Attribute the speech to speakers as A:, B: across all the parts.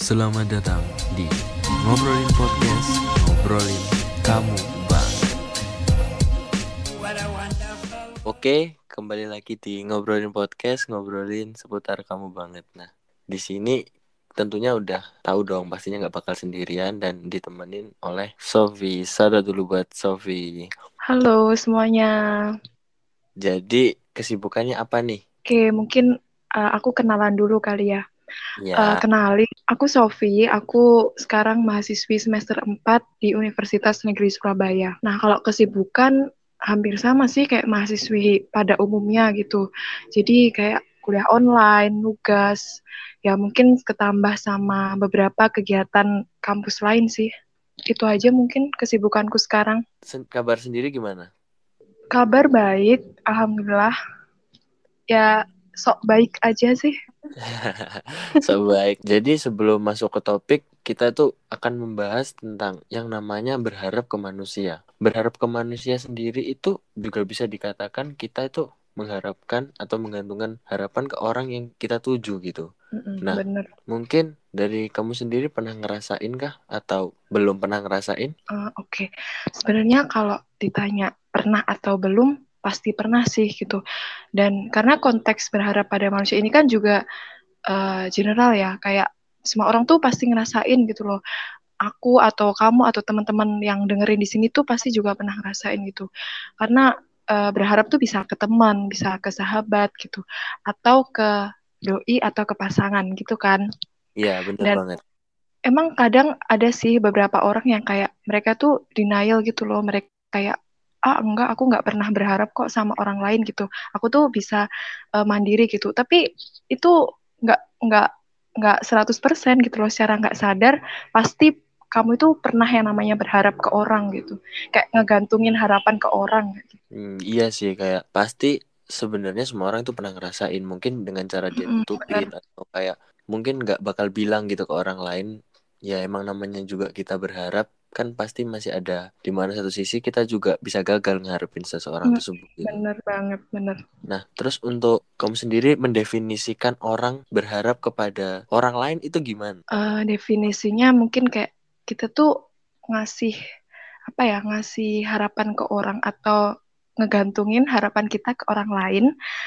A: Selamat datang di Ngobrolin Podcast, ngobrolin kamu banget. Oke, kembali lagi di Ngobrolin Podcast, ngobrolin seputar kamu banget. Nah, di sini tentunya udah tahu dong, pastinya nggak bakal sendirian dan ditemenin oleh Sofi. Salam dulu buat Sofi.
B: Halo semuanya.
A: Jadi kesibukannya apa nih?
B: Oke, mungkin aku kenalan dulu kali ya.
A: Ya,
B: Kenalin, aku Sofi. Aku sekarang mahasiswi semester 4 di Universitas Negeri Surabaya. Nah, kalau kesibukan hampir sama sih kayak mahasiswi pada umumnya gitu. Jadi kayak kuliah online, nugas, ya mungkin ketambah sama beberapa kegiatan kampus lain sih. Itu aja mungkin kesibukanku sekarang.
A: kabar sendiri gimana?
B: Kabar baik, alhamdulillah. Ya, sok baik aja sih.
A: Sebaik. Jadi sebelum masuk ke topik, kita tuh akan membahas tentang yang namanya berharap ke manusia. Berharap ke manusia sendiri itu juga bisa dikatakan kita itu mengharapkan atau menggantungkan harapan ke orang yang kita tuju gitu. Nah,
B: Bener.
A: mungkin dari kamu sendiri pernah ngerasain kah atau belum pernah ngerasain?
B: Oke. Sebenarnya kalau ditanya pernah atau belum, pasti pernah sih gitu. Dan karena konteks berharap pada manusia ini kan juga general ya, kayak semua orang tuh pasti ngerasain gitu loh. Aku atau kamu atau teman-teman yang dengerin di sini tuh pasti juga pernah ngerasain gitu. Karena berharap tuh bisa ke teman, bisa ke sahabat gitu, atau ke doi atau ke pasangan gitu kan.
A: Iya, bener
B: Dan
A: banget.
B: emang kadang ada sih beberapa orang yang kayak mereka tuh denial gitu loh. Mereka kayak, enggak, aku nggak pernah berharap kok sama orang lain gitu. Aku tuh bisa mandiri gitu. Tapi itu nggak nggak nggak 100% gitu loh. Secara nggak sadar pasti kamu itu pernah yang namanya berharap ke orang gitu. Kayak ngegantungin harapan ke orang gitu.
A: Iya sih, kayak pasti sebenarnya semua orang itu pernah ngerasain, mungkin dengan cara dia nutupin
B: Bener.
A: atau kayak mungkin nggak bakal bilang gitu ke orang lain. Ya emang namanya juga kita berharap, kan pasti masih ada di mana satu sisi kita juga bisa gagal ngarepin seseorang
B: Mm,
A: tersebut gitu.
B: Bener banget, bener.
A: Nah, terus untuk kamu sendiri mendefinisikan orang berharap kepada orang lain itu gimana?
B: Definisinya mungkin kayak kita tuh ngasih apa ya, ngasih harapan ke orang atau ngegantungin harapan kita ke orang lain,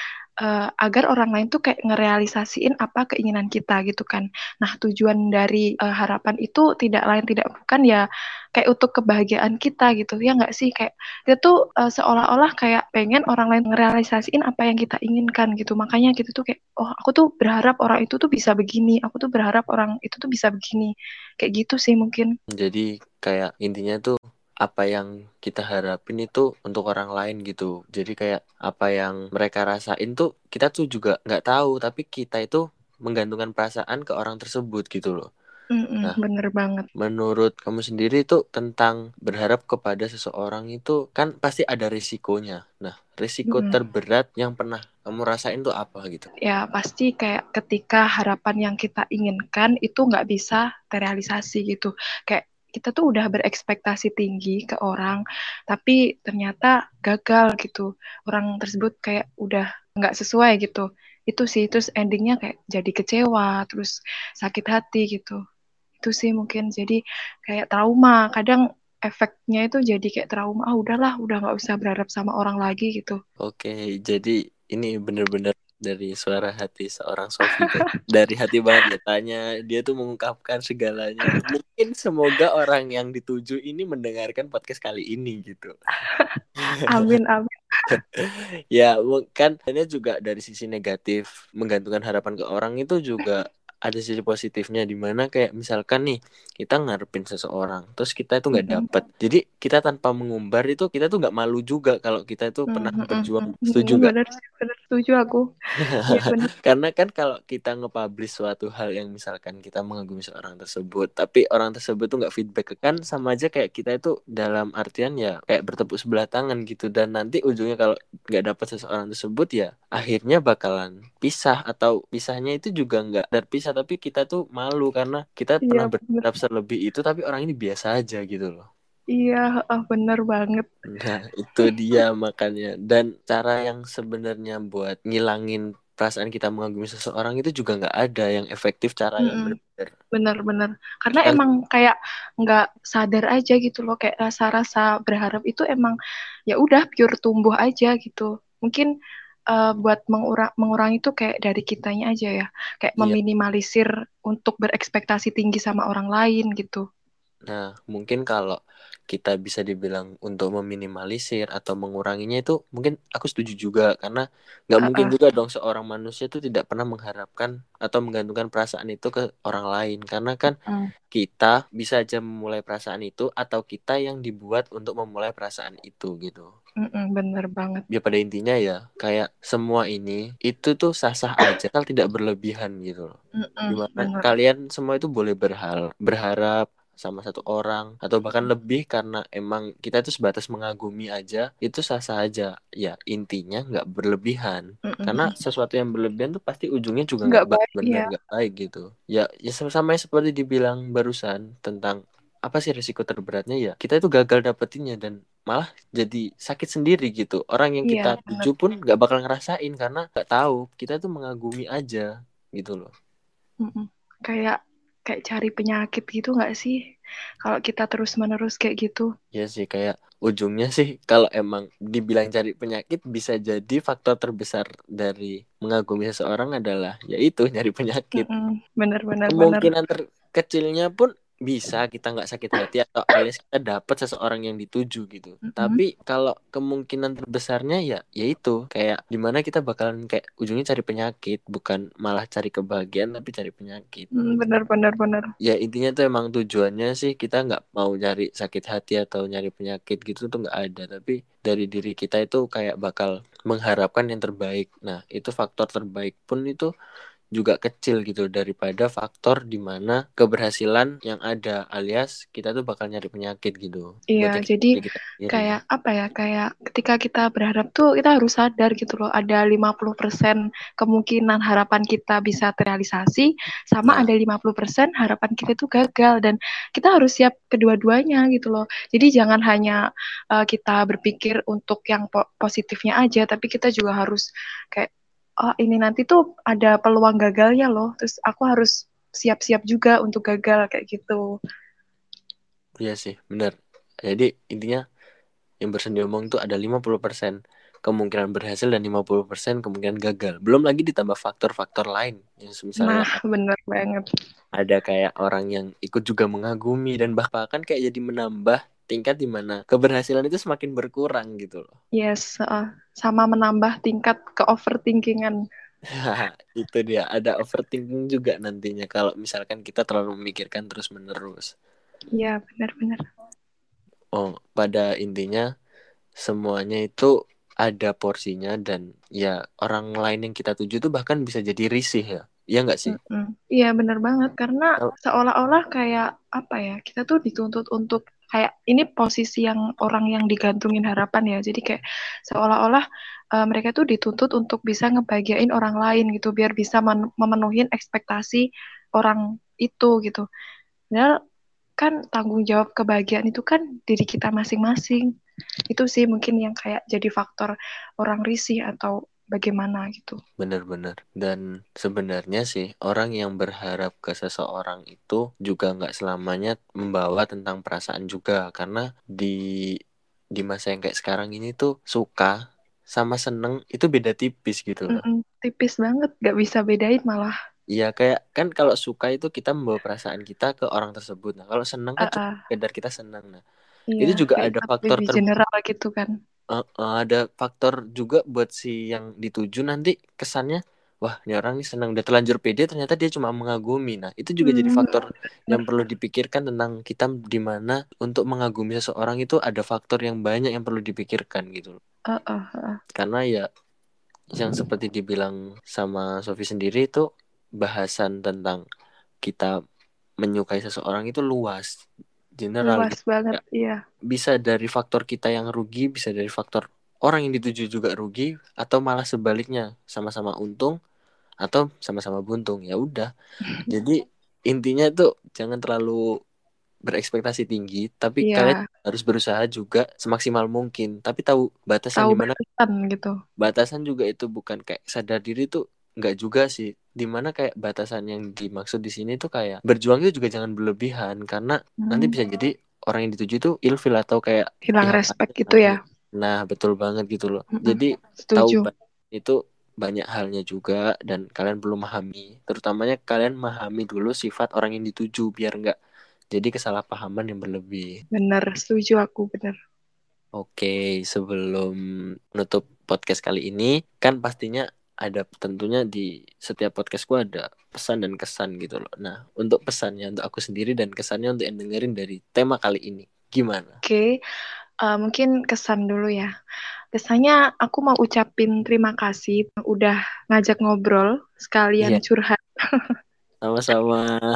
B: agar orang lain tuh kayak ngerealisasiin apa keinginan kita gitu kan. Nah, tujuan dari harapan itu tidak lain tidak bukan ya kayak untuk kebahagiaan kita gitu ya nggak sih, kayak kita tuh seolah-olah kayak pengen orang lain ngerealisasiin apa yang kita inginkan gitu. Makanya gitu tuh kayak, oh aku tuh berharap orang itu tuh bisa begini, aku tuh berharap orang itu tuh bisa begini, kayak gitu sih mungkin.
A: Jadi kayak intinya tuh apa yang kita harapin itu untuk orang lain gitu. Jadi kayak apa yang mereka rasain tuh kita tuh juga nggak tahu, tapi kita itu menggantungkan perasaan ke orang tersebut gitu loh. Nah,
B: Bener banget.
A: menurut kamu sendiri itu tentang berharap kepada seseorang itu kan pasti ada risikonya. Nah, risiko
B: Mm-mm.
A: terberat yang pernah kamu rasain tuh apa gitu?
B: Ya pasti kayak ketika harapan yang kita inginkan itu nggak bisa terrealisasi gitu. Kayak kita tuh udah berekspektasi tinggi ke orang, tapi ternyata gagal gitu. Orang tersebut kayak udah nggak sesuai gitu. Itu sih, terus endingnya kayak jadi kecewa, terus sakit hati gitu. Itu sih mungkin jadi kayak trauma. Kadang efeknya itu jadi kayak trauma. Ah udahlah, udah nggak usah berharap sama orang lagi gitu.
A: Oke, jadi ini bener-bener dari suara hati seorang Sofi tuh. Dari hati banget ya, tanya dia tuh mengungkapkan segalanya. Mungkin semoga orang yang dituju ini mendengarkan podcast kali ini gitu.
B: Amin, amin.
A: Ya, kan ini juga dari sisi negatif menggantungkan harapan ke orang itu juga ada sisi positifnya di mana kayak misalkan nih kita ngarepin seseorang terus kita itu nggak
B: Mm-mm.
A: dapet, jadi kita tanpa mengumbar itu kita tuh nggak malu juga kalau kita itu pernah berjuang, setuju nggak?
B: Bener sih, bener setuju aku. Iya bener.
A: Karena kan kalau kita nge-publish suatu hal yang misalkan kita mengagumi seorang tersebut, tapi orang tersebut tuh nggak feedback, kan sama aja kayak kita itu dalam artian ya kayak bertepuk sebelah tangan gitu, dan nanti ujungnya kalau nggak dapat seseorang tersebut ya akhirnya bakalan pisah, atau pisahnya itu juga nggak terpisah tapi kita tuh malu karena kita
B: Iya
A: pernah
B: bener.
A: berharap selebih itu tapi orang ini biasa aja gitu loh.
B: Iya, bener banget.
A: Nah, itu dia makanya. Dan cara yang sebenarnya buat ngilangin perasaan kita mengagumi seseorang itu juga nggak ada yang efektif cara yang
B: Mm-mm.
A: benar.
B: Bener-bener. Karena
A: Kita
B: emang kayak nggak sadar aja gitu loh, kayak rasa-rasa berharap itu emang ya udah pure tumbuh aja gitu. Mungkin buat mengurangi itu kayak dari kitanya aja ya, kayak
A: iya.
B: meminimalisir untuk berekspektasi tinggi sama orang lain gitu.
A: Nah, mungkin kalau kita bisa dibilang untuk meminimalisir atau menguranginya itu mungkin aku setuju juga karena nggak mungkin
B: Uh-uh.
A: juga dong seorang manusia itu tidak pernah mengharapkan atau menggantungkan perasaan itu ke orang lain karena kan
B: Mm.
A: kita bisa aja memulai perasaan itu atau kita yang dibuat untuk memulai perasaan itu gitu.
B: Mm-mm, bener banget.
A: Ya pada intinya ya kayak semua ini itu tuh sah-sah aja kalau tidak berlebihan gitu loh.
B: Mm-mm,
A: Dimana
B: bener.
A: kalian semua itu boleh berharap sama satu orang atau bahkan lebih karena emang kita itu sebatas mengagumi aja itu sah-sah aja ya intinya nggak berlebihan karena
B: Mm-mm.
A: sesuatu yang berlebihan tuh pasti ujungnya juga nggak
B: Nggak baik
A: benar
B: ya.
A: nggak baik gitu ya ya sama seperti dibilang barusan tentang apa sih risiko terberatnya ya kita itu gagal dapetinnya dan malah jadi sakit sendiri gitu orang yang
B: Iya,
A: kita
B: bener.
A: tuju pun nggak bakal ngerasain karena nggak tahu kita tuh mengagumi aja gitu loh.
B: Mm-mm. Kayak kayak cari penyakit gitu nggak sih? Kalau kita terus-menerus kayak gitu.
A: Ya sih kayak ujungnya sih kalau emang dibilang cari penyakit bisa jadi faktor terbesar dari mengagumi seseorang adalah yaitu nyari penyakit.
B: Mm-mm. Bener, bener, bener.
A: Kemungkinan terkecilnya pun bisa kita nggak sakit hati atau alias kita dapat seseorang yang dituju gitu.
B: Mm-mm.
A: Tapi kalau kemungkinan terbesarnya ya yaitu kayak dimana kita bakalan kayak ujungnya cari penyakit bukan malah cari kebahagiaan tapi cari penyakit.
B: Bener, bener, bener.
A: Ya intinya tuh emang tujuannya sih kita nggak mau nyari sakit hati atau nyari penyakit gitu tuh nggak ada tapi dari diri kita itu kayak bakal mengharapkan yang terbaik nah itu faktor terbaik pun itu juga kecil gitu daripada faktor di mana keberhasilan yang ada alias kita tuh bakal nyari penyakit gitu
B: Iya,
A: buatnya
B: jadi
A: diri kita sendiri.
B: kayak apa ya, kayak ketika kita berharap tuh kita harus sadar gitu loh, ada 50% kemungkinan harapan kita bisa terrealisasi, sama
A: Nah
B: ada 50% harapan kita itu gagal, dan kita harus siap kedua-duanya gitu loh. Jadi jangan hanya kita berpikir untuk yang positifnya aja, tapi kita juga harus kayak, oh ini nanti tuh ada peluang gagalnya loh, terus aku harus siap-siap juga untuk gagal kayak gitu.
A: iya sih benar jadi intinya yang barusan diomong tuh ada 50% kemungkinan berhasil dan 50% kemungkinan gagal. Belum lagi ditambah faktor-faktor lain. Yang misalnya
B: Nah, bener banget.
A: ada kayak orang yang ikut juga mengagumi dan bahkan kayak jadi menambah tingkat di mana keberhasilan itu semakin berkurang gitu loh.
B: Yes, sama menambah tingkat ke overthinkingan.
A: Itu dia ada overthinking juga nantinya kalau misalkan kita terlalu memikirkan terus-menerus.
B: Iya, benar-benar.
A: Oh, pada intinya semuanya itu ada porsinya dan ya orang lain yang kita tuju tuh bahkan bisa jadi risih ya. Iya nggak sih?
B: Mm-mm. Iya, benar banget. Karena
A: Kalau-
B: seolah-olah kayak apa ya, kita tuh dituntut untuk kayak ini posisi yang orang yang digantungin harapan ya. Jadi kayak seolah-olah mereka tuh dituntut untuk bisa ngebahagiain orang lain gitu, biar bisa memenuhi ekspektasi orang itu gitu. Padahal kan tanggung jawab kebahagiaan itu kan diri kita masing-masing. Itu sih mungkin yang kayak jadi faktor orang risih atau bagaimana gitu.
A: Benar-benar. Dan sebenarnya sih orang yang berharap ke seseorang itu juga nggak selamanya membawa tentang perasaan juga karena di masa yang kayak sekarang ini tuh suka sama seneng itu beda tipis gitu loh.
B: Mm-mm, tipis banget, gak bisa bedain malah.
A: Iya kayak kan kalau suka itu kita membawa perasaan kita ke orang tersebut. Nah kalau seneng kan cuma
B: Uh-uh.
A: sekedar kita senang. Nah
B: Iya,
A: itu juga
B: kayak
A: ada faktor
B: lebih general gitu kan.
A: ada faktor juga buat si yang dituju nanti kesannya wah ini orang nih senang udah terlanjur pede ternyata dia cuma mengagumi nah itu juga jadi
B: Hmm,
A: faktor yang
B: bener.
A: perlu dipikirkan tentang kita di mana untuk mengagumi seseorang itu ada faktor yang banyak yang perlu dipikirkan gitu loh
B: Uh-uh.
A: karena ya yang seperti dibilang sama Sofi sendiri itu bahasan tentang kita menyukai seseorang itu luas general
B: Luas
A: gitu
B: banget,
A: ya
B: iya.
A: bisa dari faktor kita yang rugi, bisa dari faktor orang yang dituju juga rugi, atau malah sebaliknya sama-sama untung atau sama-sama buntung. Ya udah. Jadi intinya tuh jangan terlalu berekspektasi tinggi, tapi kalian
B: Iya,
A: harus berusaha juga semaksimal mungkin. Tapi tahu batasan
B: tahu
A: di mana
B: batasan gitu.
A: batasan juga itu bukan kayak sadar diri tuh nggak juga sih. Dimana kayak batasan yang dimaksud di sini tuh kayak berjuang itu juga jangan berlebihan, karena nanti bisa jadi orang yang dituju itu ilfil atau kayak
B: Hilang
A: ya apa
B: respect gitu ya.
A: namanya. Nah, betul banget gitu loh. Jadi tahu
B: Setuju.
A: itu banyak halnya juga dan kalian perlu memahami. Terutamanya kalian memahami dulu sifat orang yang dituju biar nggak jadi kesalahpahaman yang berlebih.
B: Bener, setuju aku, bener.
A: Oke, sebelum menutup podcast kali ini, kan pastinya ada tentunya di setiap podcastku ada pesan dan kesan gitu loh. Nah, untuk pesannya untuk aku sendiri dan kesannya untuk yang dengerin dari tema kali ini, gimana?
B: Oke, mungkin kesan dulu ya. Kesannya aku mau ucapin terima kasih udah ngajak ngobrol sekalian
A: Iya,
B: curhat.
A: sama-sama.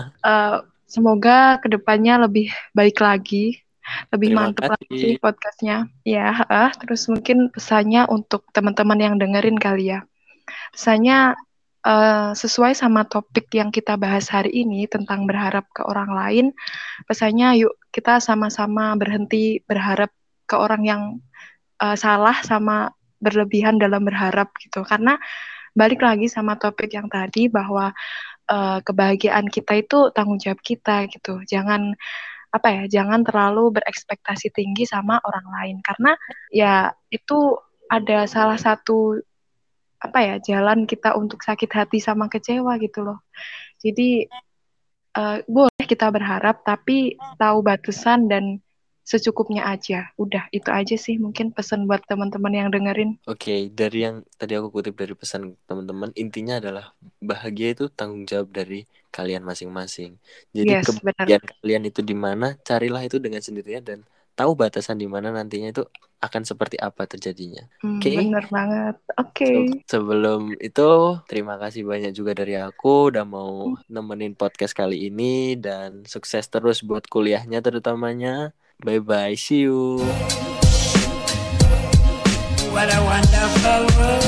B: Semoga kedepannya lebih baik lagi, lebih
A: Terima
B: mantep lagi sih
A: kasih.
B: podcastnya. Ya, terus mungkin pesannya untuk teman-teman yang dengerin kali ya. Pesannya sesuai sama topik yang kita bahas hari ini tentang berharap ke orang lain. Pesannya yuk kita sama-sama berhenti berharap ke orang yang salah sama berlebihan dalam berharap gitu. Karena balik lagi sama topik yang tadi bahwa kebahagiaan kita itu tanggung jawab kita gitu. Jangan apa ya, jangan terlalu berekspektasi tinggi sama orang lain karena ya itu ada salah satu apa ya jalan kita untuk sakit hati sama kecewa gitu loh. Jadi boleh kita berharap tapi tahu batasan dan secukupnya aja. Udah itu aja sih mungkin pesan buat teman-teman yang dengerin.
A: Oke, dari yang tadi aku kutip dari pesan teman-teman, intinya adalah bahagia itu tanggung jawab dari kalian masing-masing. Jadi
B: Yes, benar.
A: kebahagiaan kalian itu di mana, carilah itu dengan sendirinya dan tahu batasan di mana nantinya itu akan seperti apa terjadinya. Oke,
B: Bener banget. Oke.
A: sebelum itu terima kasih banyak juga dari aku udah mau nemenin podcast kali ini dan sukses terus buat kuliahnya terutamanya. Bye bye, see you.
C: What a wonderful world.